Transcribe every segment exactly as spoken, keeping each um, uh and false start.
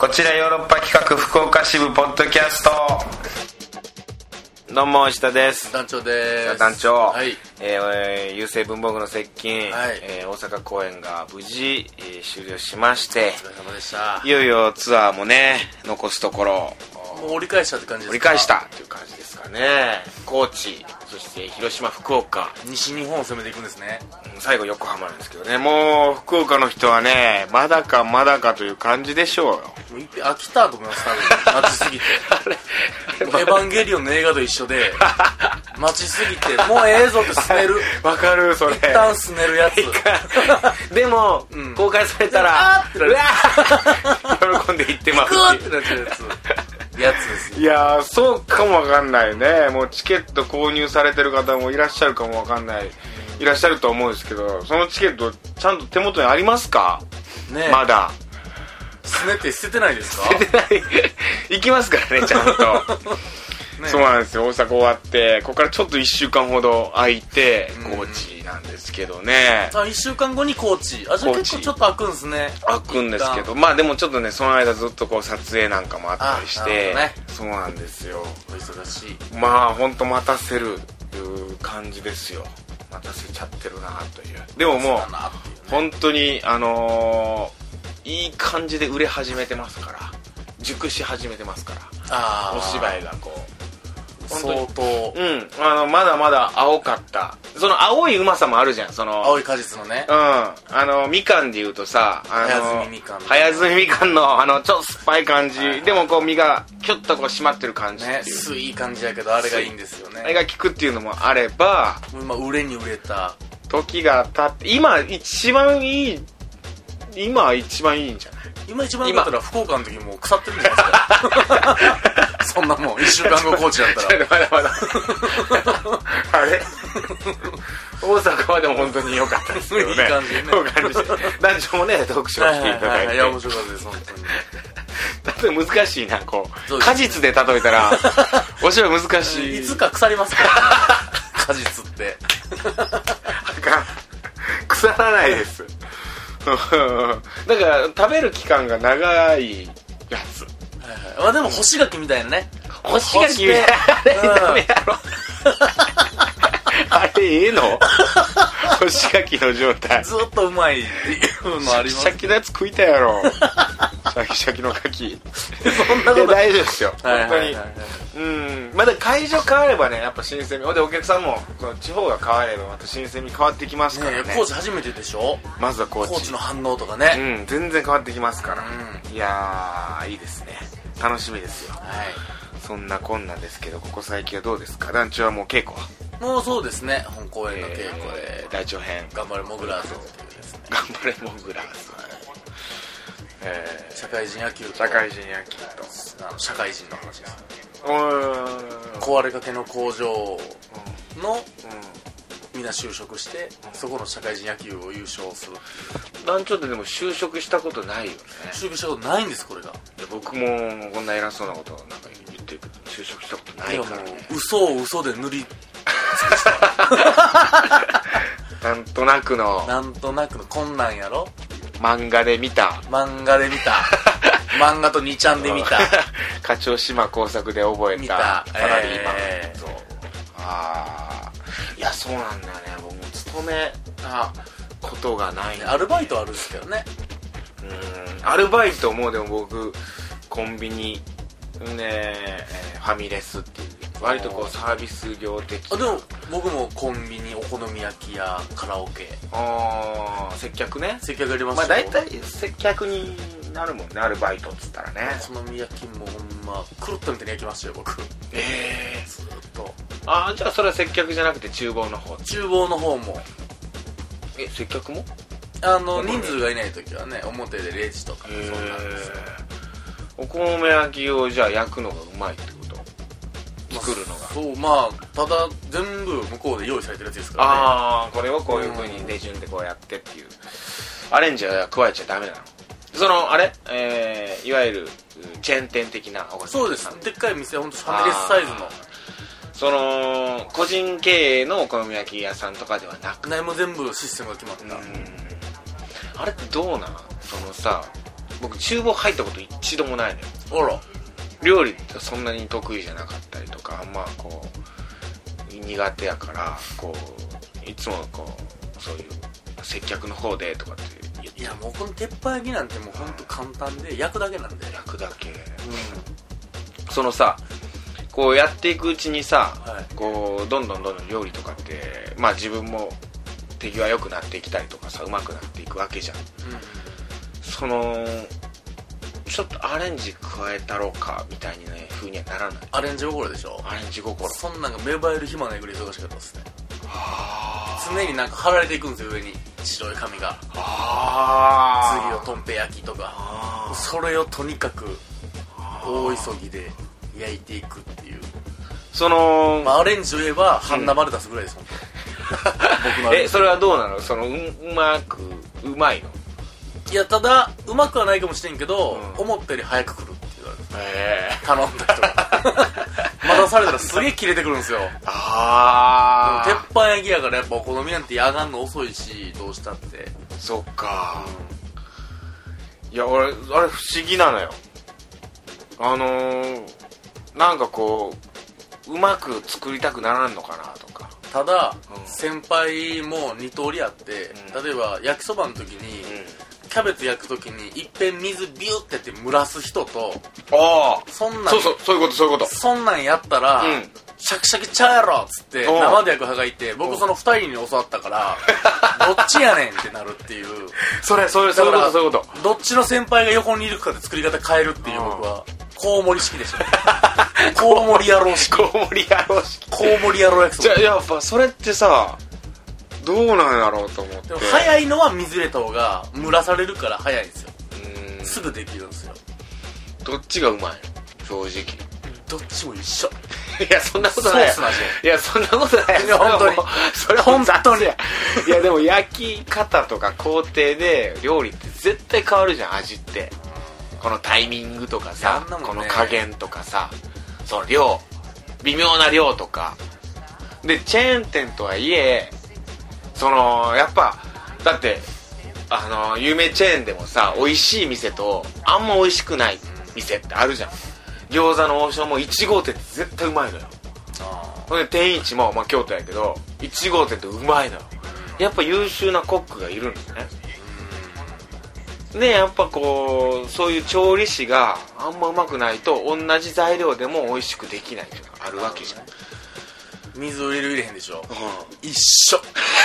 こちらヨーロッパ企画福岡支部ポッドキャスト。どうも石田です。 団長です。 団長、 はい、 えー、郵政文房具の接近、はい、えー、大阪公演が無事、えー、終了しまして、 お疲れ様でした。 いよいよツアーもね残すところもう折り返したって感じですか。 折り返したっていう感じですかね。高知、そして広島、福岡、 西日本を攻めていくんですね。 最後横浜なんですけどね。もう福岡の人はねまだかまだかという感じでしょうよ。 もう一遍飽きたと思います多分。待ちすぎてエヴァンゲリオンの映画と一緒で待ちすぎてもうええぞってすねる。 わかるそれ。 一旦すねるやつでも、うん、公開されたらあーってなる喜んでいってますグーってなっちゃうやつやつですよ。 いやーそうかもわかんないね。もうチケット購入されてる方もいらっしゃるかもわかんない、いらっしゃると思うんですけど、そのチケットちゃんと手元にありますかね。まだすねて捨ててないですか。 捨ててない行きますからねちゃんとね、そうなんですよ。大阪終わってここからちょっといっしゅうかんほど空いて高知なんですけどね。 あいっしゅうかんごに高知。あじゃあ結構ちょっと空くんですね。 空くんですけど、まあでもちょっとねその間ずっとこう撮影なんかもあったりして、ね、そうなんですよ。 お忙しい。 まあ本当待たせるいう感じですよ。待たせちゃってるなという。でももう本当にあのー、いい感じで売れ始めてますから、熟し始めてますから、あお芝居がこう相当、 うん、あのまだまだ青かった。その青いうまさもあるじゃん。その青い果実のね、 うん、あのみかんでいうとさ、あの早摘みみかん、 早摘みみかんのあのちょっと酸っぱい感じ、はいはい、でもこう身がキュッとこう締まってる感じっていう、 ね、すいい感じやけどあれがいいんですよね。 あれが効くっていうのもあれば、 今売れに売れた時が経って今一番いい、今一番いいんじゃない。 今一番良かったら福岡の時もう腐ってるんじゃないですかそんなもんいっしゅうかんご高知だったらまだまだあれ大阪はでも本当に良かったですけどね。いい感じね。団長もねトークショー来ていただいて、 いや面白かったです本当に。難しいなこう、ね、果実で例えたらおしろ難しい。 いつか腐りますから、ね、果実ってあかん、腐らないですだから食べる期間が長いやつ、 はいはい、まあでも干し柿みたいなね。 干し柿みたいなあれダメやろあれええの干し柿の状態ずっとうまいっていうのあります。 シャキシャキのやつ食いたいやろシャキシャキの柿そんなこと大丈夫ですよ本当に、はいはいはいはい、うんまだ会場変わればねやっぱ新鮮味でお客さんもこの地方が変わればまた新鮮味変わってきますからね。 ね高知初めてでしょ。 まずは高知高知の反応とかね、 うん、全然変わってきますから、うん、いやーいいですね。楽しみですよ、はい、そんなこんなですけどここ最近はどうですか。団長はもう稽古はもうそうですね。本公演の稽古で、 えー、大長編頑張れモグラーズっていうですね。 頑張れモグラーズ、はいえー、社会人野球と社会人野球とあの社会人の話ですね。 壊れかけの工場の、うんうん、みんな就職して、うん、そこの社会人野球を優勝するっていう。 団長ってでも就職したことないよね。 就職したことないんですこれが。いや僕もこんな偉そうなことなんか言ってるけど就職したことないからね。 いやもう嘘を嘘で塗り尽くしたなんとなくのなんとなくのこんなんやろ。 漫画で見た漫画で見た漫画とにちゃんで見た課長島工作で覚えたサラリーマン、 えー、 そうああいやそうなんだよね。僕も勤めたことがないんで、 アルバイトあるんですけどね。 うんアルバイトもでも僕コンビニねえファミレスっていう割とこうサービス業的な。 あでも僕もコンビニお好み焼きやカラオケああ接客ね。 接客やりますよ。 まあ大体接客になるもんねアルバイトっつったらね。 お好み焼きもほんま狂ったみたいに焼きましたよ僕。 ええー、 ずっと。 ああじゃあそれは接客じゃなくて厨房の方。 厨房の方も。 え接客もあの人数がいない時はね表でレジとかそうなんですよ。 お好み焼きをじゃあ焼くのがうまいってこと。作るのが、 まあ、そうまあただ全部向こうで用意されてるやつですからね。 ああこれをこういう風に手順でこうやってっていうアレンジは加えちゃダメなの。そのあれ、えー、いわゆるチェーン店的なお好み焼き。 そうですでっかい店ほんとファミレスサイズのその個人経営のお好み焼き屋さんとかではなく何も全部システムが決まった。 うんあれってどうなんそのさ僕厨房入ったこと一度もないのよ。 あら。 料理ってそんなに得意じゃなかったりとか、あんまこう苦手やから、こういつもこうそういう接客の方でとかって言って。 いやもうこの鉄板焼きなんてもうほんと簡単で焼くだけなんで。 焼くだけ、うん、 そのさこうやっていくうちにさ、 はい、 こうどんどんどんどん料理とかってまあ自分も手際良くなっていきたりとかさ、上手くなっていくわけじゃん、うん、そのちょっとアレンジ加えたろうかみたいにね風にはならない。 アレンジ心でしょ。 アレンジ心。 そんなんが芽生える暇ないぐらい忙しかったですね。常になんか貼られていくんですよ、上に白い紙が。 あ次をとんぺ焼きとか、それをとにかく大急ぎで焼いていくっていう。 その、 まあ、アレンジといえば半生で出すぐらいです、うん、僕のえそれはどうなの？その う, うまくうまいの？ いやただうまくはないかもしれんけど、うん、思ったより早く来るって言われる。 へー頼んだ人が待たされたらすげえ切れてくるんですよ。 ああ鉄板焼きやからやっぱお好みなんて焼がんの遅いし、どうしたって。 そっか、うん、いや俺あれ不思議なのよ。あのー、なんかこううまく作りたくならんのかなとか。 ただ、 うん、 先輩もに通りあって、うん、例えば焼きそばの時に、うん、キャベツ焼く時にいっぺん水ビューってやって蒸らす人と、 ああそんなんそうそうそういうことそういうことそんなんやったら、うん、シャキシャキちゃうやろっつって生で焼く派がいて、僕そのふたりに教わったからどっちやねんってなるっていう。 それそれそういうことそういうこと。 どっちの先輩が横にいるかで作り方変えるっていう。僕はコウモリ式でしたコウモリ野郎式コウモリ野郎式コウモリ野郎焼きそば。 じゃあやっぱそれってさどうなんやろうと思って。 でも早いのは水入れた方が蒸らされるから早いんですよ。うーんすぐできるんですよ。 どっちがうまい正直。 どっちも一緒。 いやそんなことない。 ソースの味。 いやそんなことない。 いや本当にそれ本当にいやでも焼き方とか工程で料理って絶対変わるじゃん、味って。このタイミングとかさ、ね、この加減とかさ、その量微妙な量とかで、チェーン店とはいえそのやっぱだってあの有名チェーンでもさ、美味しい店とあんま美味しくない店ってあるじゃん。餃子の王将もいち号店って絶対うまいのよ。ほんで天一も、まあ、京都やけどいち号店ってうまいのよ。やっぱ優秀なコックがいるんですね。でやっぱこうそういう調理師があんまうまくないと同じ材料でも美味しくできないっていうのがあるわけじゃん。 水を入れる入れへんでしょ、うん、一緒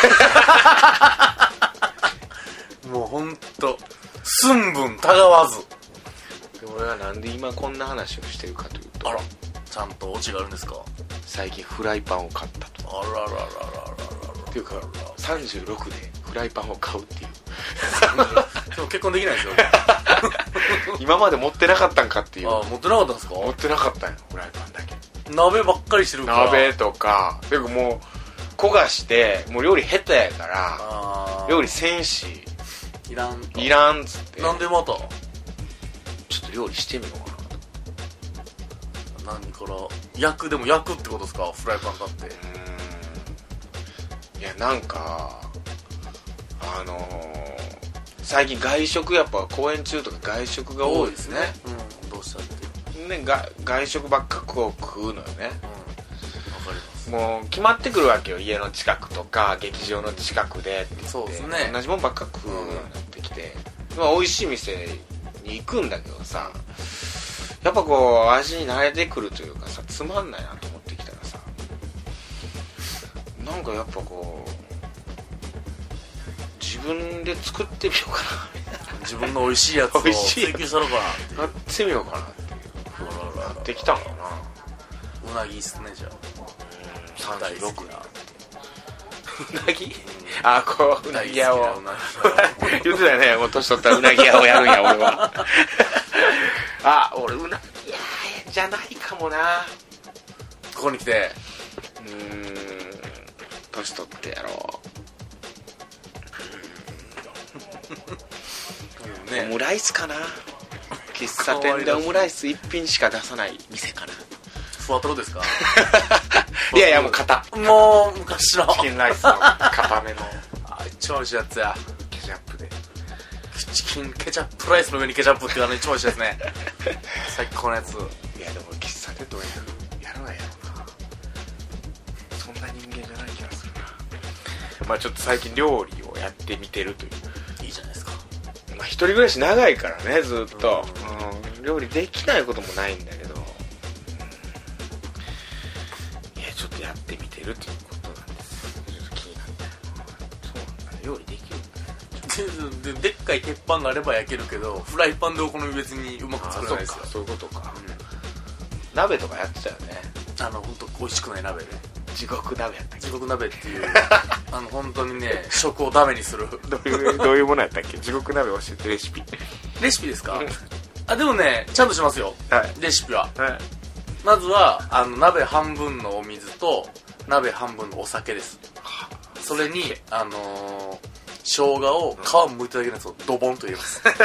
もうほんと寸分たがわず。 で俺はなんで今こんな話をしてるかというと、 あらちゃんとオチがあるんですか。 最近フライパンを買ったと。 あらららららららっていうかさんじゅうろくでフライパンを買うっていうでも結婚できないですよ今まで持ってなかったんかっていう。 あ持ってなかったんですか。 持ってなかったんよフライパンだけ。 鍋ばっかりしてるから。 鍋とかでももう焦がしてもう料理下手やから料理せんしいらんといらんっつって。 なんでまたちょっと料理してみようかなと。何から焼く。でも焼くってことですかフライパンだって。うーんいやなんかあのー、最近外食やっぱ公演中とか外食が多いですね。 うん、どうしたってね、が外食ばっかこう食うのよね、うん、分かります。 もう決まってくるわけよ。家の近くとか劇場の近くでって言って。 そうですね、 同じもんばっか食うようになってきて、うん、まあ、美味しい店に行くんだけどさ、やっぱこう味に慣れてくるというかさ、つまんないなと思ってきたらさ、なんかやっぱこう自分で作ってみようかな自分の美味しいやつを追求したのかなやってみようかなっていうふうになってきたのかな。うなぎっすね。じゃあさんじゅうろくなうなぎあ、こううなぎ屋を言ってたよね。もう年取ったらうなぎ屋をやるんや俺はあ、俺うなぎ屋じゃないかもな。 ここに来てうーん年取ってやろうね、オムライスかな。喫茶店でオムライス一品しか出さない店かな。 ふわとろですかいやいやもう型もう昔のチキンライスの固めのあ一番美味しいやつや。 ケチャップでケチキンケチャップライスの上にケチャップっていうあの一番美味しいですね最高のやつ。 いやでも喫茶店とかやるやらないやろな、そんな人間じゃない気がするな。まあちょっと最近料理をやってみてるという。 いいじゃないですか。 まあ一人暮らし長いからねずっと、うん、料理できないこともないんだけど、うん、いやちょっとやってみてるということなんです。ちょっと気になってそうなんだ、料理できるんだで, で, でっかい鉄板があれば焼けるけどフライパンでお好み別にうまく作れないですよ。 そういうことか、うん、鍋とかやってたよね。 あの本当美味しくない鍋で、 地獄鍋やったっけ。 地獄鍋っていうあの本当にね食をダメにするどういうどういうものやったっけ。地獄鍋教えて、レシピレシピですかあ、でもねちゃんとしますよ、はい、レシピは、はい、まずはあの鍋半分のお水と鍋半分のお酒です。それにあのー生姜を皮むいただけのやつをドボンと入れます、はい、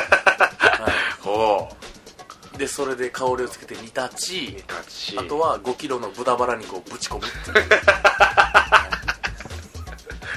ほうでそれで香りをつけて煮立ち、煮立ちあとはごキロの豚バラ肉をぶち込むっていうはい、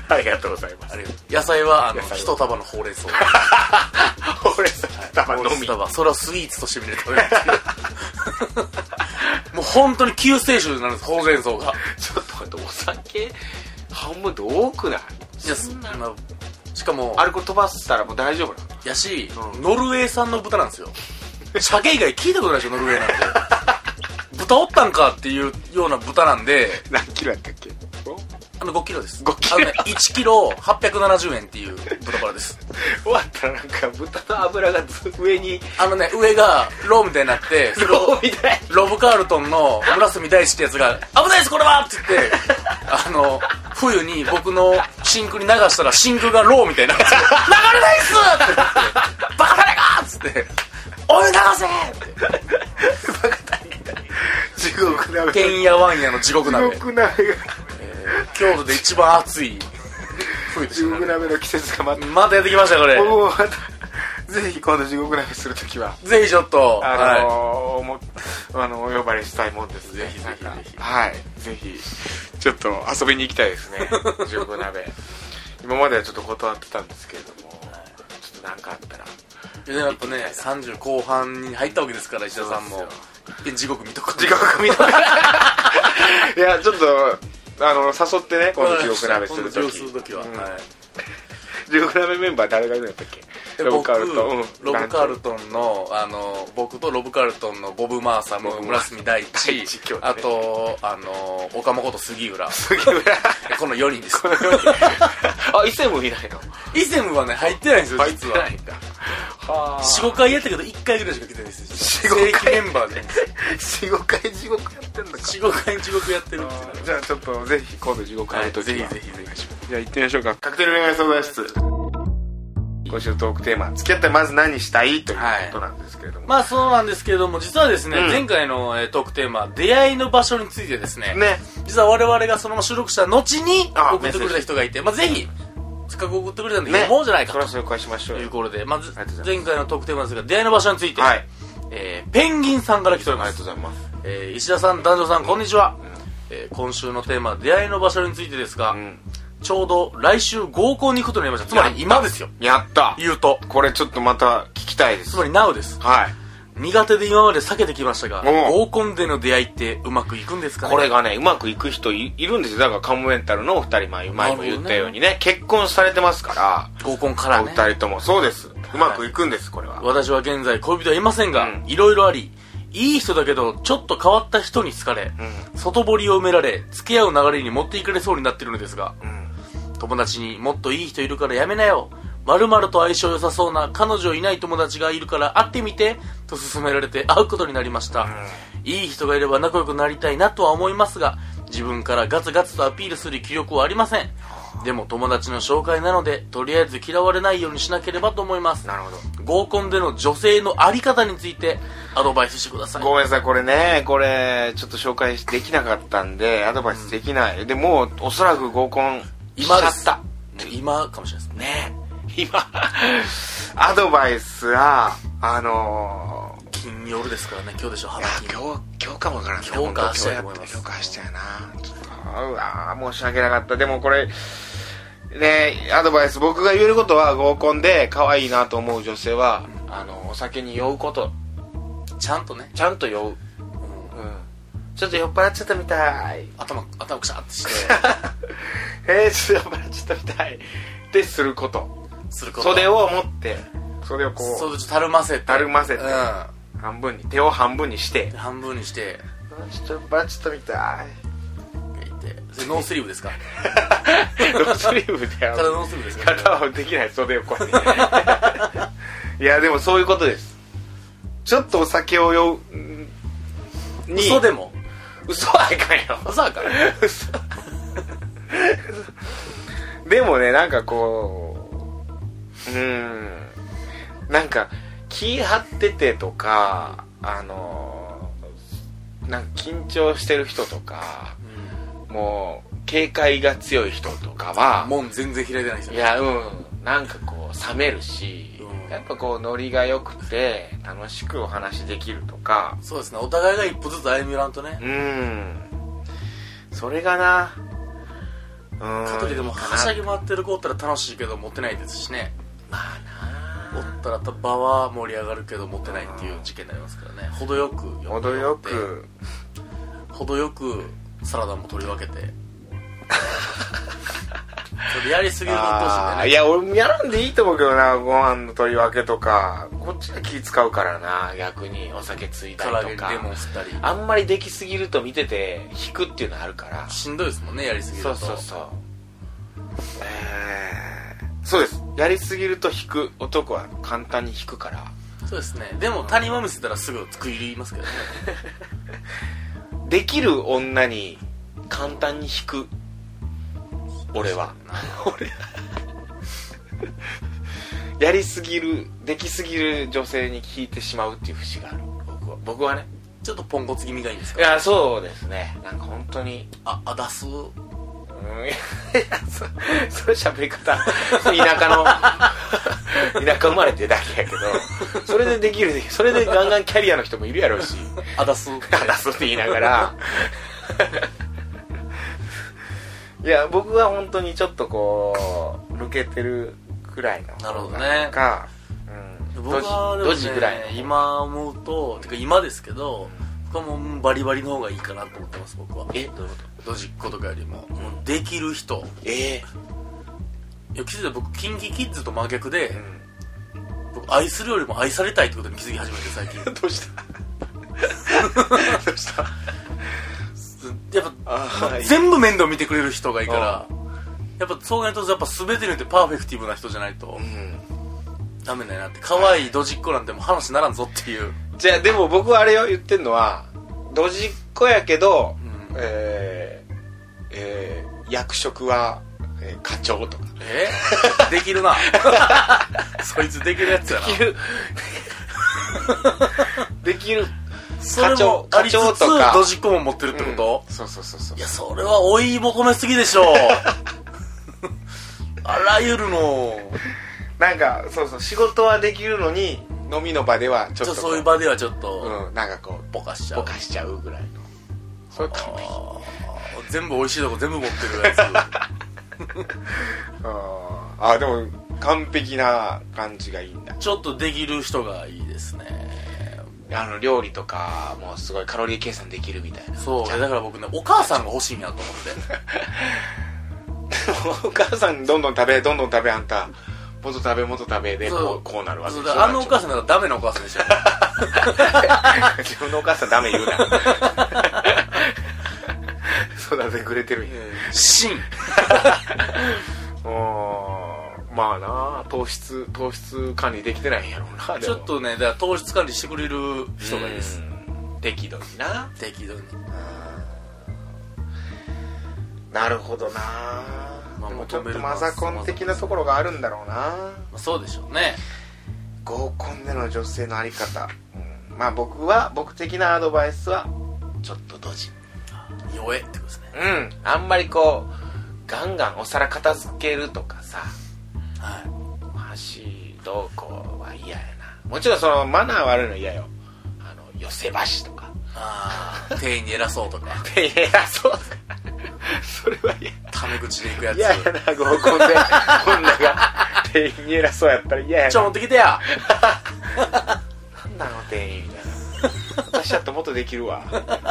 ありがとうございます。 野菜はあの一束のほうれん草ほうれん草一束のみ、 はい、それはスイーツとしてみると食べるんですけどもう本当に救世主になるんですほうれん草が。 ちょっと待って、お酒半分って多くない？ いやそんなしかもアルコール飛ばしたらもう大丈夫なのやし、うん、ノルウェー産の豚なんですよ鮭以外聞いたことないでしょノルウェーなんて豚おったんかっていうような豚なんで。 何キロやったっけ。 あのごキロです。 ごキロあの、ね、いちキロはっぴゃくななじゅうえんっていう豚バラです終わったらなんか豚の脂が上にあのね上がローみたいになってローみたいロブカールトンの村住大地ってやつが危ないですこれはって言ってあの冬に僕のシンクに流したらシンクがローみたいになって流れないっすって言ってバカタレかっつってお湯流せってバカタレ地獄鍋てんやわんやの地獄鍋地獄鍋が、 えー、京都で一番暑い冬で地獄鍋の季節がまたまたやってきましたこれ。 もうまたぜひ今度地獄鍋するときはぜひちょっとあのーはい、あのお呼ばれしたいもんですね。 ぜひぜひぜひはいぜひちょっと遊びに行きたいですね地獄鍋今まではちょっと断ってたんですけれども、はい、ちょっと何かあったらでやっぱねさんじゅう後半に入ったわけですから石田さんも地獄見とく地獄見とくいやちょっとあの誘ってね今度地獄鍋するとき、 今度地獄するときは、うんはい地獄鍋メンバー誰がいるんだったっけ。 ロブカールトン、うん、ロブカールトンのあの僕とロブカールトンのボブ・マーサム、村住大地、ね、あとあの岡本と杉浦杉浦このよにんですあイセムいないの。 イセムはね入ってないんですよ実は。 入ってないんだ。はあよん、ごかいやったけどいっかいぐらいしか来てないですよ正規メンバーでよん、ごかい地獄やってんだか。 よん、ごかい地獄やってるって。 じゃあちょっとぜひ今度地獄やるときは、 はい、ぜひぜひお願いします。 じゃあ行ってみましょうか。カクテル恋愛相談室。今週のトークテーマ、付き合ったらまず何したいということなんですけれども、 はい、まあそうなんですけれども実はですね、うん、前回の、えー、トークテーマ出会いの場所についてですね、 ね実は我々がそのまま収録した後に送ってくれた人がいて、まあぜひせっかく送ってくれたんで読もうじゃないかと、 ね、それは紹介しましょうということで、まず前回のトークテーマですが出会いの場所について、 はいえー、ペンギンさんから来ております。 ありがとうございます、 えー、石田さん男女さん、うん、こんにちは、うんえー、今週のテーマ出会いの場所についてですが、うんちょうど来週合コンに行くことになりました。つまり今ですよ。 やった言うとこれちょっとまた聞きたいです。 つまり ナウ です。 はい苦手で今まで避けてきましたが合コンでの出会いってうまくいくんですかね。 これがねうまくいく人 い, いるんですよ。だからカモメンタルのお二人前も言ったようにね結婚されてますから合コンからねお二人ともそうですうまくいくんです、はい、これは。 私は現在恋人はいませんが、うん、いろいろありいい人だけどちょっと変わった人に好かれ、うん、外堀を埋められ付き合う流れに持っていかれそうになってるのですが、うん友達にもっといい人いるからやめなよ〇〇と相性良さそうな彼女いない友達がいるから会ってみてと勧められて会うことになりました、うん、いい人がいれば仲良くなりたいなとは思いますが自分からガツガツとアピールする気力はありません。でも友達の紹介なのでとりあえず嫌われないようにしなければと思います。 なるほど。 合コンでの女性のあり方についてアドバイスしてください。 ごめんなさいこれねこれちょっと紹介できなかったんでアドバイスできない、うん、でもおそらく合コン今です。今かもしれないですね。 今アドバイスはあのー、 金夜ですからね今日でしょ。 いや今日今日かもわからんね。 今日か明日やと思います。 今日か明日やな。ちょっとうわ申し訳なかった。でもこれね、アドバイス、僕が言えることは合コンで可愛いなと思う女性は、うん、あのお酒に酔うこと。 ちゃんとね、 ちゃんと酔う、うんうん、ちょっと酔っ払っちゃったみたい、 頭頭くしゃってしてえー、ちょっと酔っ払っちゃったみたいってすることすること袖を持って袖をこう袖をたるませてたるませて、うん、半分に手を半分にして半分にしてちょっと酔っ払っちゃったみたいそれノースリーブですかノースリーブでやる。 体ノースリーブですか、ね、 体はできない袖をこうやっていやでもそういうことです。ちょっとお酒を酔うに嘘でも嘘はいかんよ。 嘘はかん嘘でもね、なんかこううーんなんか気張っててとか、あのなんか緊張してる人とか、うん、もう警戒が強い人とかは門全然開いてないですよね。 いやうんなんかこう冷めるし、うん、やっぱこうノリが良くて楽しくお話できるとか。 そうですね、お互いが一歩ずつ歩み寄らんとね。 うんそれがな、うんかといってでもはしゃぎ回ってる子おったら楽しいけど持ってないですしね。 まあなおったら場は盛り上がるけど持ってないっていう事件になりますからね。程よく程よく程よくサラダも取り分けてそれやりすぎるとどうしようね。 いや俺もやらんでいいと思うけどな、ご飯の取り分けとかこっちが気使うからな、逆にお酒ついたりとかレモン吸ったりあんまりできすぎると見てて引くっていうのあるからしんどいですもんね、やりすぎると。 そうそうそう、えー、そうです、やりすぎると引く、男は簡単に引くから。 そうですね、でも谷間見せたらすぐ食い入りますけどねできる女に簡単に引く俺は俺やりすぎるできすぎる女性に引いてしまうっていう節がある。僕は僕はねちょっとポンコツ気味がいいんですか。 いやそうですね、なんか本当にああ出す、うん、 いやそそれ喋り方田舎の田舎生まれてだけやけどそれでできるそれでガンガンキャリアの人もいるやろうしあ出すあ出すって言いながらいや僕は本当にちょっとこう抜けてるくらいのなるほどねか、 うん、僕はでも、ね、ドジぐらいの今思うとてか今ですけど、僕はもうバリバリの方がいいかなと思ってます。僕はえどういうこと？ ドジっ子とかよりも、うん、もうできる人。 ええー、いや気づいたら僕キンキキッズと真逆で、うん、僕愛するよりも愛されたいってことに気づき始めて最近どうしたどうしたやっぱ全部面倒見てくれる人がいいからやっぱそうなるとやっぱ全てによってパーフェクティブな人じゃないと、うん、ダメだよなって。可愛いドジっ子なんてもう話にならんぞっていう。 じゃあでも僕はあれよ言ってんのはドジっ子やけど、うん、えーえー、役職は、えー、課長とかえー、できるなそいつできるやつやな。 できるできる課長課長とかドジっ子も持ってるってこと、 うん、そうそうそうそう。 いやそれは追い求めすぎでしょあらゆるのなんかそうそう仕事はできるのに飲みの場ではちょっとそういう場ではちょっと、 うん、なんかこうぼかしちゃうぼかしちゃうぐらいのそれ完璧。 全部美味しいとこ全部持ってるやつああでも完璧な感じがいいんだ。 ちょっとできる人がいいですね。 あの料理とかもすごいカロリー計算できるみたいな。 そうだから僕ねお母さんが欲しいんやと思ってお母さんどんどん食べどんどん食べあんたもっと食べもっと食べでこう、こうなるわけでしょ。 あのお母さんだからダメなお母さんでしょ自分のお母さんダメ言うな育ててくれてるんやシンまあな糖質糖質管理できてないんやろうな。 ちょっとねだから糖質管理してくれる人がいいです。 適度にな適度に。 なるほどな、まあ、でもちょっとマザコン的なところがあるんだろうな、まあ、そうでしょうね。 合コンでの女性のあり方、うん、まあ僕は僕的なアドバイスはちょっとドジ弱えってことですね。 うんあんまりこうガンガンお皿片付けるとかさ、 はい、 箸どうこうは嫌やな。もちろんそのマナー悪いの嫌よ。あの寄せ箸とかあ店員に偉そうとか店員に偉そうとかそれは嫌。 タメ口で行くやつ。 嫌やな、合コンで女が店員に偉そうやったら嫌やな。 ちょ持ってきてやなんなの店員みたいな。私だってもっとできるわ。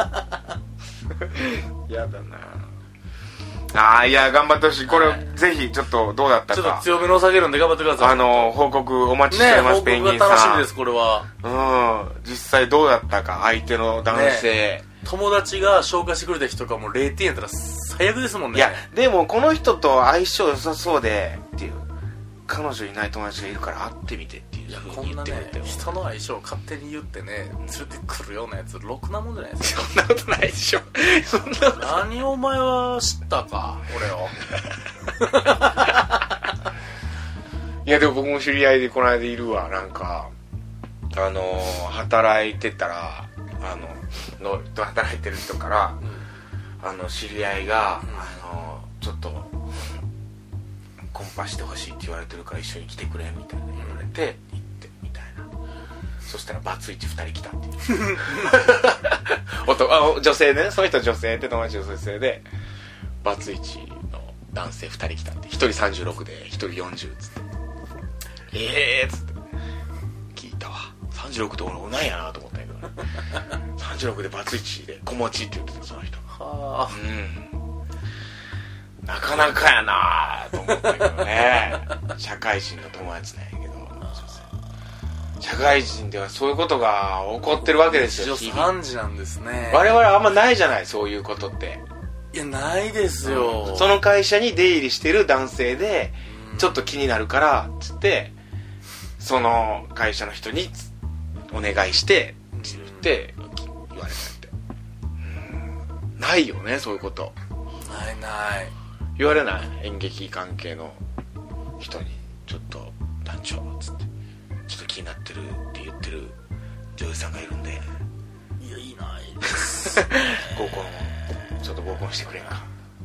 嫌だな。ああ、いや頑張ってほしい。これ、はい、ぜひちょっとどうだったかちょっと強めのお下げるんで頑張ってください。 あの報告お待ちしております、ね、ペンギンさん。 報告が楽しみです。これはうん実際どうだったか、相手の男性、ね、 友達が紹介してくれた人がもうれいてんやったら最悪ですもんね。 いやでもこの人と相性良さそうでっていう、彼女いない友達がいるから会ってみてっていう。いやこんなね人の相性を勝手に言ってね連れてくるようなやつろくなもんじゃないですか。 そんなことないでしょ。そんなこと何お前は知ったか俺を。 いやでも僕も知り合いでこの間いるわ。なんかあのー、働いてたらあのの働いてる人から、うん、あの知り合いが、うん、あのー、ちょっとコンパしてほしいって言われてるから一緒に来てくれみたいな言われて行ってみたいな。そしたらバツイチふたり来たっていうおとあ女性ね、その人女性って友達の女性でバツイチの男性ふたり来たって、ひとりさんじゅうろくでひとりよんじゅうっつって、ええーっつって聞いたわ。さんじゅうろくって俺同いやなと思ったけどね。さんじゅうろくでバツイチで子持ちって言ってたその人。はあ、うんなかなかやなと思ったけどね。社会人の友達なんやけど、社会人ではそういうことが起こってるわけですよ。 日常さんじなんですね。 我々はあんまないじゃない、そういうことって。 いやないですよ、 うん、その会社に出入りしてる男性でちょっと気になるからつってその会社の人にお願いしてって言われたって、うん、ないよねそういうこと。 ないない言われない？演劇関係の人にちょっと団長つってちょっと気になってるって言ってる女優さんがいるんで。 いやいないですね。 合コンちょっと合コンしてくれんか。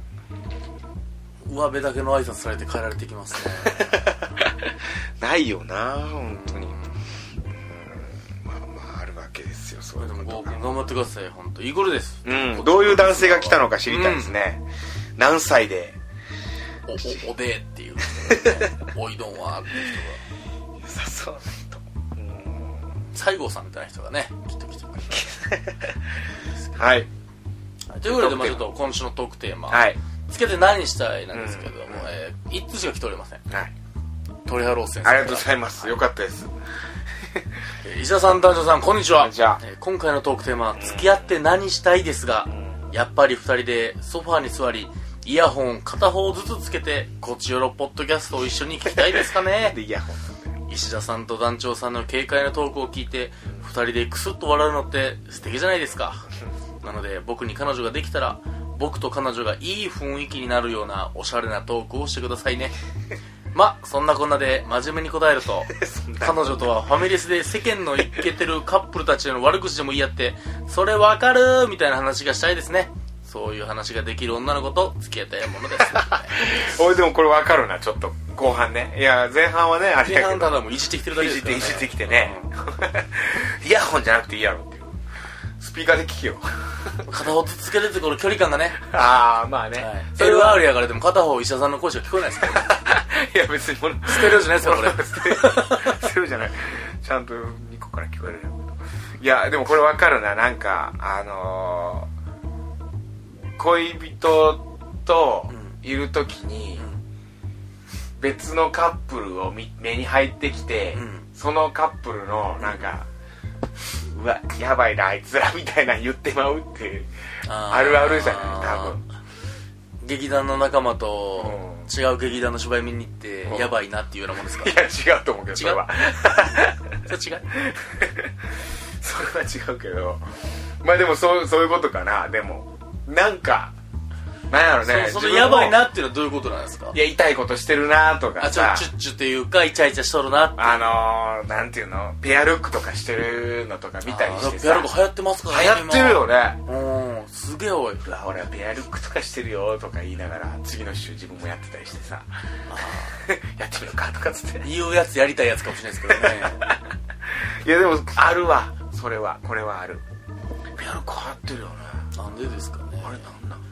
上辺だけの挨拶されて帰られてきますね。 ないよな本当に。うんまあまああるわけですよそういうことが。 合コン頑張ってください本当。イコルです、 うん、どういう男性が来たのか知りたいですね、うん、何歳でおおおでっていう、ね、おいどんはっていう人が良さそうな人、 西郷さんみたいな人がねきっと来てくれる。 はい、 ということで、まあ、ちょっと今週のトークテーマ、はい、つけて何したいなんですけども、うんえー、いっつしか来ておりません、はい、鳥羽ロー先生ありがとうございます、はい、よかったです。 石田さん団長さんこんにちは。 こんにちは。 えー、今回のトークテーマは付き合って何したいですが、うん、やっぱりふたりでソファーに座りイヤホン片方ずつつけてこちよろポッドキャストを一緒に聞きたいですかね。 でイヤホン石田さんと団長さんの軽快なトークを聞いてふたりでクスッと笑うのって素敵じゃないですか。なので僕に彼女ができたら僕と彼女がいい雰囲気になるようなおしゃれなトークをしてくださいね。まそんなこんなで真面目に答えると彼女とはファミレスで世間のイケてるカップルたちの悪口でも言い合ってそれわかるみたいな話がしたいですね。そういう話ができる女の子と付き合いたいものです、ね、 俺でもこれわかるなちょっと後半ね。いや前半はねあれ前半ただもういじってきてるだけですからね。 いじってきてね、うん、イヤホンじゃなくていいやろっていうスピーカーで聞けよ。 片方ずつつけててこの距離感がねああまあね、 はい、それはあるやからでも片方医者さんの声しか聞こえないですからね。 いや別にこれステレオじゃないですよこれ。 ステレオじゃないちゃんとにこから聞こえるよ。いやでもこれわかるな。なんかあのー恋人といるときに別のカップルを目に入ってきて、うん、そのカップルのなんかうわやばいなあいつらみたいな言ってまうっていうあるあるじゃない多分。 劇団の仲間と違う劇団の芝居見に行って、うん、やばいなっていうようなもんですか。 いや違うと思うけどそれはそれ違うそれは違うけどまあでもそうそういうことかな。でもなんかなんやろねそ, そのやばいなっていうのはどういうことなんですか。 いや痛いことしてるなとかさあちょチュッチュっていうかイチャイチャしとるなってあのー、なんていうのペアルックとかしてるのとか見たりしてさ。 ペアルック流行ってますからね。 流行ってるよね。 うんすげえ多い。 うわ俺はペアルックとかしてるよとか言いながら次の週自分もやってたりしてさやってみるかとかつって言うやつやりたいやつかもしれないですけどね。 いやでもあるわそれはこれはある。ペアルック流行ってるよね。 なんでですかね。 あれなんなん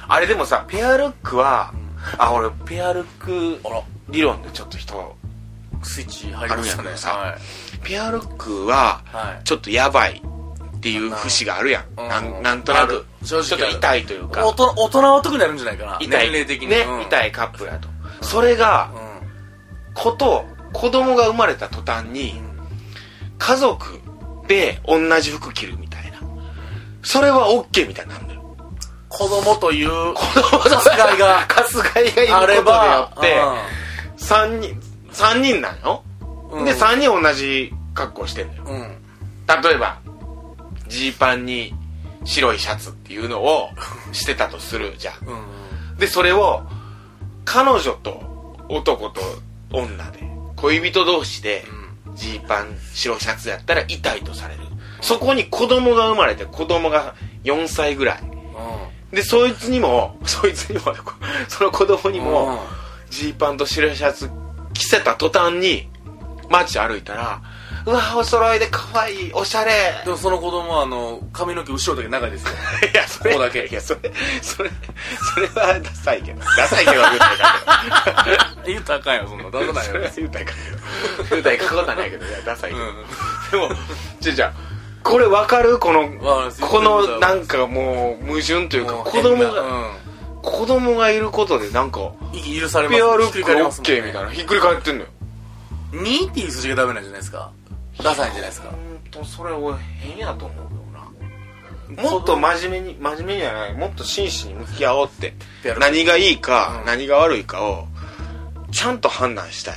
あれでもさペアルックは、うん、あ俺ペアルック理論でちょっと人スイッチ入りましたね。 さ、はい、ペアルックはちょっっとやばいっていう節があるやん、うん、なんなんとなくちょっと痛いというか大人は特になるんじゃないかな、 痛い年齢的にね、うん、痛いカップルだと、うん、それが、うん、こと子供が生まれた途端に、うん、家族で同じ服着るみたいな、それは OK みたいになるのよ。 子供という子供のかすがいがかすがいがいることによってさんにんさんにんなの、うん、でさんにん同じ格好してんのよ、うん、例えばジーパンに白いシャツっていうのをしてたとするじゃん、うん、でそれを彼女と男と女で恋人同士でジーパン白シャツやったら痛いとされる、うん、そこに子供が生まれて子供がよんさいぐらい、うん、でそいつにもそいつにもその子供にもジーパンと白シャツ着せた途端に街歩いたらうわお揃いで可愛いおしゃれ。 でもその子供はあの髪の毛後ろだけ長いですよいやそれここだけいやそれそれそれはダサいけどダサいけど言うたらいかんけど言うたらあかんよそんなダサないよそれは言うたらいかんけど言うたらいかんことはないけどいやダサいけど、うん、でもじゃじゃこれ分かるこのこのなんかもう矛盾というか子供が、うん、子供がいることでなんか許されます、 ペアルック OK みたいなひっくり返ってんのよ。 にっていう数字がダメなんじゃないですか、ダサいんじゃないですか。 ほんとそれ俺変やと思うよな。もっと真面目に真面目にはないもっと真摯に向き合おうって何がいいか、うん、何が悪いかをちゃんと判断したい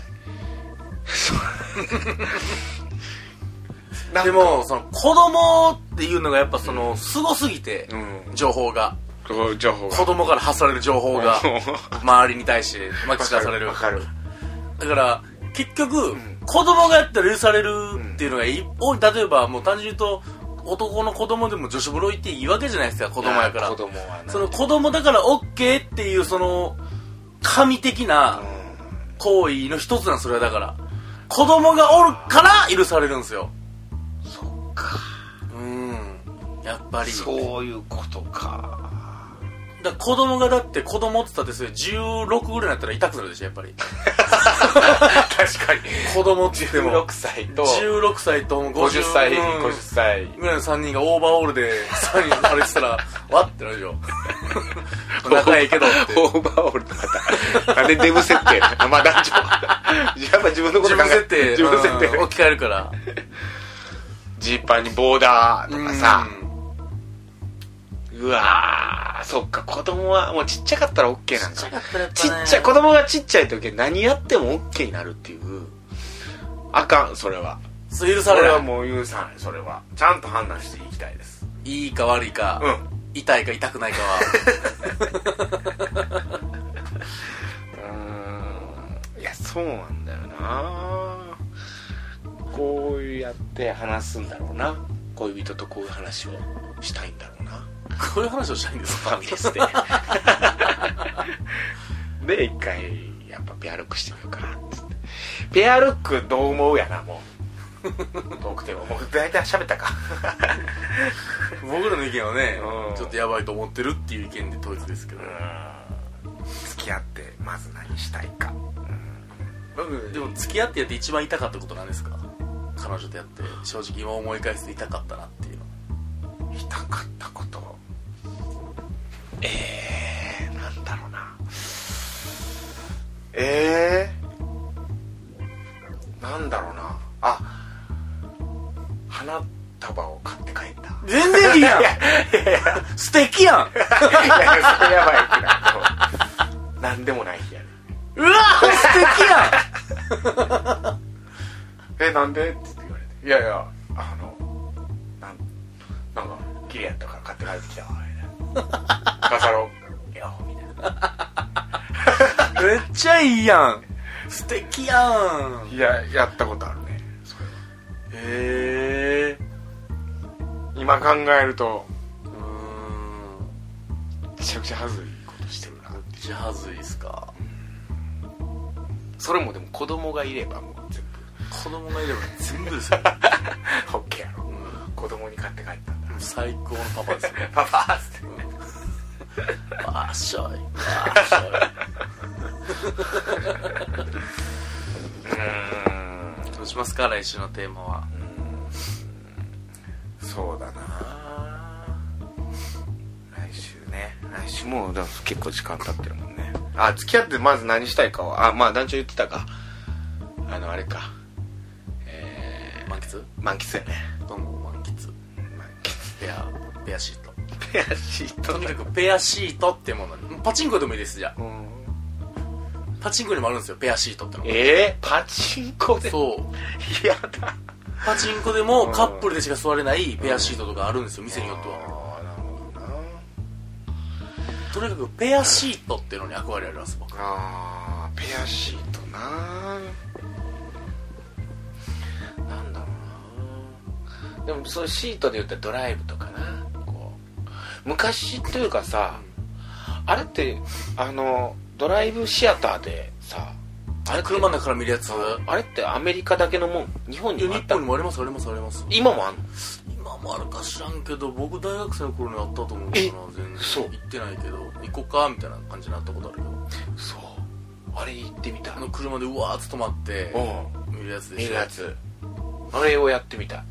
でもその子供っていうのがやっぱその、うん、すごすぎて、うん、情報が情報が子供から発される情報が周りに対してまき散らされる。 わかる。 だから結局、うん、子供がやったら許されるっていうのが一方に、例えばもう単純に言うと男の子供でも女子風呂行っていいわけじゃないですか、子供やから。 子供はその子供だから OK っていうその神的な行為の一つなん、それはだから子供がおるから許されるんですよ。 そっか、 うん、やっぱりそういうことか。 だから子供がだって子供って言ったってそれじゅうろくぐらいになったら痛くなるでしょやっぱり確かに子供って言ってもじゅうろくさいとじゅうろくさいとごじゅっさい、うん、ごじゅっさいぐらいのさんにんがオーバーオールでさんにん歩いてたらわってなるでしょ仲いいけどってオーバーオールとまたなんでデブ設定まあ男女やっぱ自分のこと考え自分設定自分設定、 うん、置き換えるからジーパンにボーダーとかさ、うん、うわーそっか子供はもうちっちゃかったら OK なんか。ちっちゃかったらやっぱね、ちっちゃい子供がちっちゃい時は何やっても OK になるっていうあかんそれは許されない。 それはもう許さない。それはちゃんと判断していきたいです。 いいか悪いか、うん、痛いか痛くないかはうーんいやそうなんだよな。こうやって話すんだろうな。恋人とこういう話をしたいんだろうな。 こういう話をしたいんですか、 ファミレスでで一回やっぱペアルックしてみようかなっつって。ペアルックどう思うやな。もうトークテーマもう大体喋ったか僕らの意見はね、うん、ちょっとやばいと思ってるっていう意見で統一ですけど、 うん、付き合ってまず何したいか、 うん、でも付き合ってやって一番痛かったことなんですか。彼女とやって正直今思い返すと痛かったなっていうの。 痛かったことえー、なんだろうな。えー、なんだろうな。あ、花束を買って帰った。 全然いいやん。いやいや素敵やん。いやそれやばいってな。なんでもない日やね。 うわ素敵やん。 え、なんでって言われて。いやいや、あのなんなんか綺麗やったから買って帰ってきたわみたいな。飾ろうよみたいな。めっちゃいいやん。素敵やん。 いややったことあるねそれは。 へえ。 今考えるとうーんめちゃくちゃ恥ずいことしてるな。めっちゃ恥ずいっすか。 それもでも子供がいればもう全部。 子供がいれば全部ですよ。 オッケーやろ、うん、子供に買って帰ったんだ。 最高のパパですね。 パパーって、 わーしょいわーしょいうーんどうしますか来週のテーマは。 うーんそうだな来週ね来週もうだから結構時間経ってるもんね。あ付き合ってまず何したいかはあまあ団長言ってたかあのあれかえー、 満喫満喫やね。 どうも満喫満喫ペアペアシートペアシートとにかくペアシートっていうものパチンコでもいいですじゃあ。 うんパチンコにもあるんですよペアシートってのが。 えー、パチンコでそうやだパチンコでもカップルでしか座れないペアシートとかあるんですよ店によっては。 ああなるほどな。 とにかくペアシートっていうのに憧れあります僕。 あーペアシートななんだろうな。でもそういうシートで言ったらドライブとかなこう昔というかさ、うん、あれってあのドライブシアターでさあれ車の中から見るやつあれってアメリカだけのもん日本にもあった日本にもありますありますあります。 今もあんの今もあるか知らんけど僕大学生の頃にあったと思うから全然行ってないけど行こうかみたいな感じになったことあるよ。 そうあれ行ってみたあの車でうわーっと止まって見るやつでしょ。 見るやつあれをやってみたい。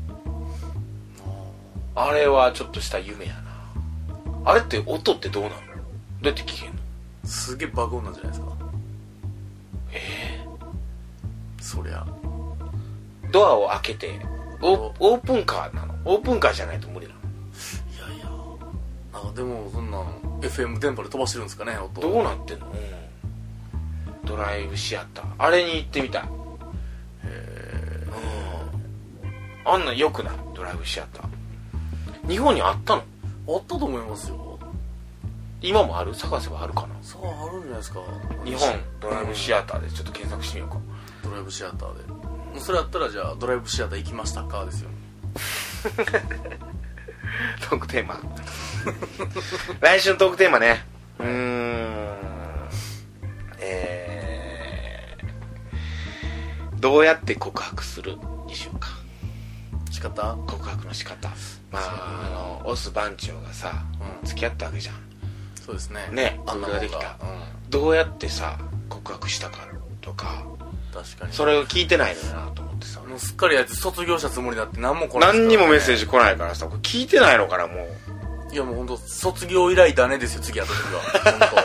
あれはちょっとした夢やな。あれって音ってどうなのどうやって聞けんの。 すげえ爆音なんじゃないですか。 えー、そりゃドアを開けてオープンカーなのオープンカーじゃないと無理なの。 いやいやあでもそんな エフエム 電波で飛ばしてるんですかね音。 どうなってんの、うん、ドライブシアターあれに行ってみたい。へえ、うん、あんなんよくないドライブシアター日本にあったの。 あったと思いますよ。 今もある探せばあるかな。 そうあるんじゃないですか。 日本ドライブシアターでちょっと検索してみようか。 ドライブシアターでもうそれやったらじゃあドライブシアター行きましたかですよ。 トークテーマ来週のトークテーマねうーんえー、どうやって告白するにしようか。 仕方告白の仕方まああのオス番長がさ、うん、付き合ったわけじゃん。そうですねねあんなもんができた、うん、どうやってさ告白したかとか確かにそれを聞いてないのよなと思ってさ。 もうすっかりやつ卒業したつもりだって何も来ない、 ね、何にもメッセージ来ないからさこれ聞いてないのかなもう。いやもうほんと卒業以来だねですよ次会った時は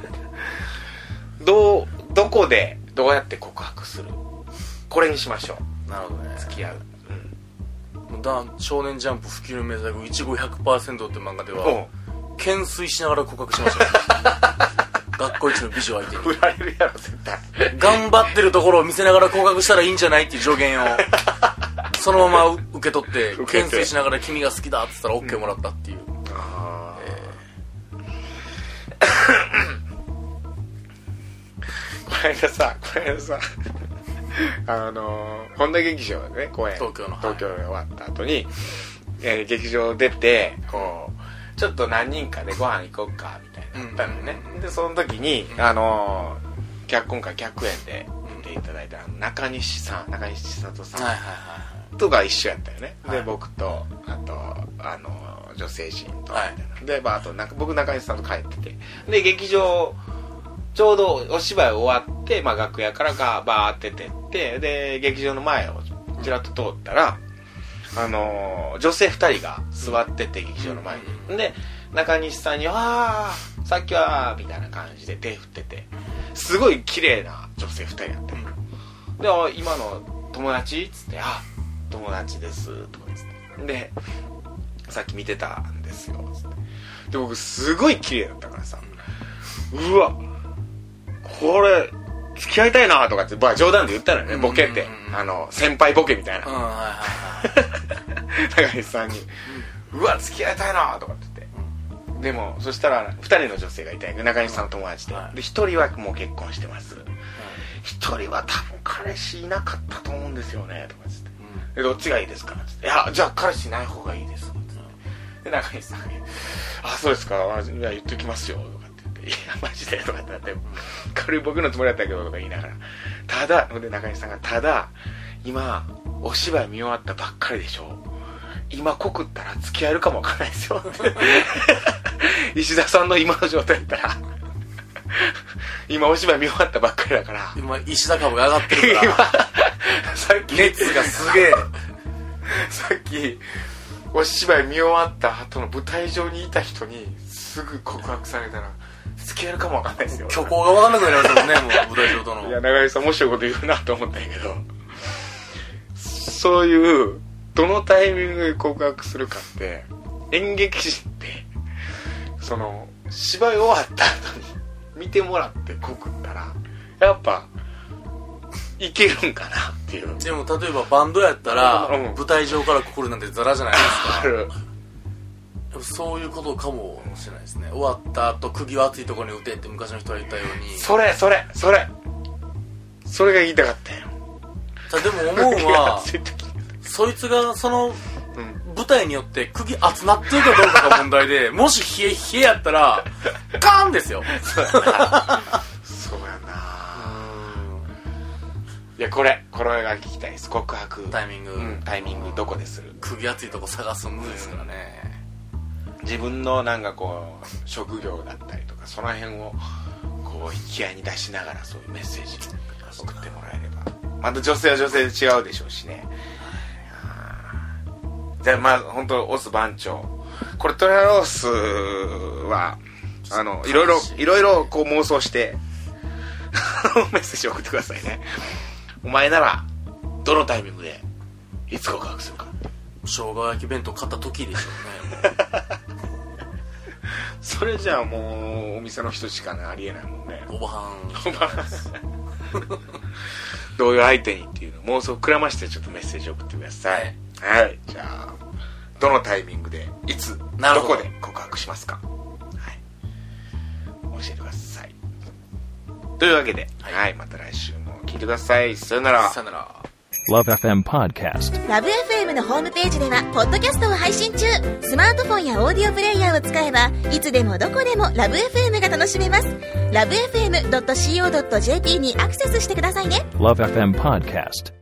どうどこでどうやって告白するこれにしましょう。 なるほどね付き合う、 うん、だ少年ジャンプ普及の名作いちご ひゃくパーセント って漫画では懸垂しながら告白しましたよ学校一の美女相手に振られるやろ絶対頑張ってるところを見せながら告白したらいいんじゃないっていう助言をそのまま受け取って懸垂しながら君が好きだって言ったら OK もらったっていう、うん、あー、この間さこの間さあのー、本田劇場でね公演東京の東京で終わった後に、えー、劇場出てこうちょっと何人かでご飯行こうかみたいなのあったのね、うんうん、でその時に、うん、あのー、脚今回客演で見ていただいた中西さん中西千里さん、はいはいはい、とが一緒やったよね、はい、で僕とあとあのー、女性陣とみたいな、はい、で、まあ、あとなんか僕中西さんと帰っててで劇場ちょうどお芝居終わって、まあ、楽屋からがバーって出てで劇場の前をちらっと通ったら、あのー、女性ふたりが座ってて劇場の前にで中西さんに「あーさっきは」みたいな感じで手振っててすごい綺麗な女性ふたりだったよで今の友達っつって「あ友達です」とかつってでさっき見てたんですよつってで僕すごい綺麗だったからさうわこれ付き合いたいなとかって、まあ、冗談で言ったのよね、ボケって、うんうんうん、あの先輩ボケみたいな、うんはいはいはい、中西さんに、うん、うわ付き合いたいなとかって言って、うん、でもそしたらふたりの女性がいたんやけど中西さんの友達で、うん、でひとりはもう結婚してます、ひとりは多分彼氏いなかったと思うんですよねとかって言って、うん、でどっちがいいですかって言っていやじゃあ彼氏いない方がいいですって言ってで中西さんにあそうですかじゃあ言っときますよとかいやマジでとかってなって軽い僕のつもりだったけどとか言いながらただで中西さんがただ今お芝居見終わったばっかりでしょ今告ったら付き合えるかもわかんないですよ石田さんの今の状態だったら今お芝居見終わったばっかりだから、 今石田株が上がってるからさっき熱がすげえさっきお芝居見終わった後の舞台上にいた人にすぐ告白されたら付き合えるかもわかんないですよ。 虚構がわかんなくなりましたもんねもう舞台上との。 いや長井さん面白いこと言うなと思ったんやけど、そういうどのタイミングで告白するかって演劇人ってその芝居終わった後に見てもらって告ったらやっぱいけるんかなっていう。 でも例えばバンドやったら、 うん、 舞台上から告るなんてザラじゃないですか。 ある。 そういうことかもしれないですね。終わった後釘は熱いところに打てって昔の人が言ったように。 それそれそれそれが言いたかったよ。 でも思うのはそいつがその舞台によって釘熱なってるかどうかが問題でもし冷え冷えやったらカーンですよ。 そうやなそうやないやこれこれが聞きたいです。告白タイミング、 うん、タイミングどこでする。 釘熱いとこ探すの無理ですからね、 うん、自分のなんかこう職業だったりとかその辺をこう引き合いに出しながらそういうメッセージ送ってもらえれば、また女性は女性で違うでしょうしね。じゃあまあ本当オス番長これトラロースはあのいろいろいろいろこう妄想してメッセージ送ってくださいね。お前ならどのタイミングでいつ告白するか。 生姜焼き弁当買った時でしょうねそれじゃあもうお店の人しかありえないもんね。 おばはんおばはんどういう相手にっていうの妄想を膨らましてちょっとメッセージ送ってください。はい、じゃあどのタイミングでいつどこで告白しますか、はい、教えてください。というわけで、はいはい、また来週も聞いてください。さよなら。 さよなら。 ラブ エフエム Podcast。 ラブ エフエム のホームページではポッドキャストを配信中。スマートフォンやオーディオプレイヤーを使えばいつでもどこでもラブ エフエム が楽しめます。ラブ エフエムドットシーオードットジェーピー にアクセスしてくださいね。 ラブ エフエム Podcast。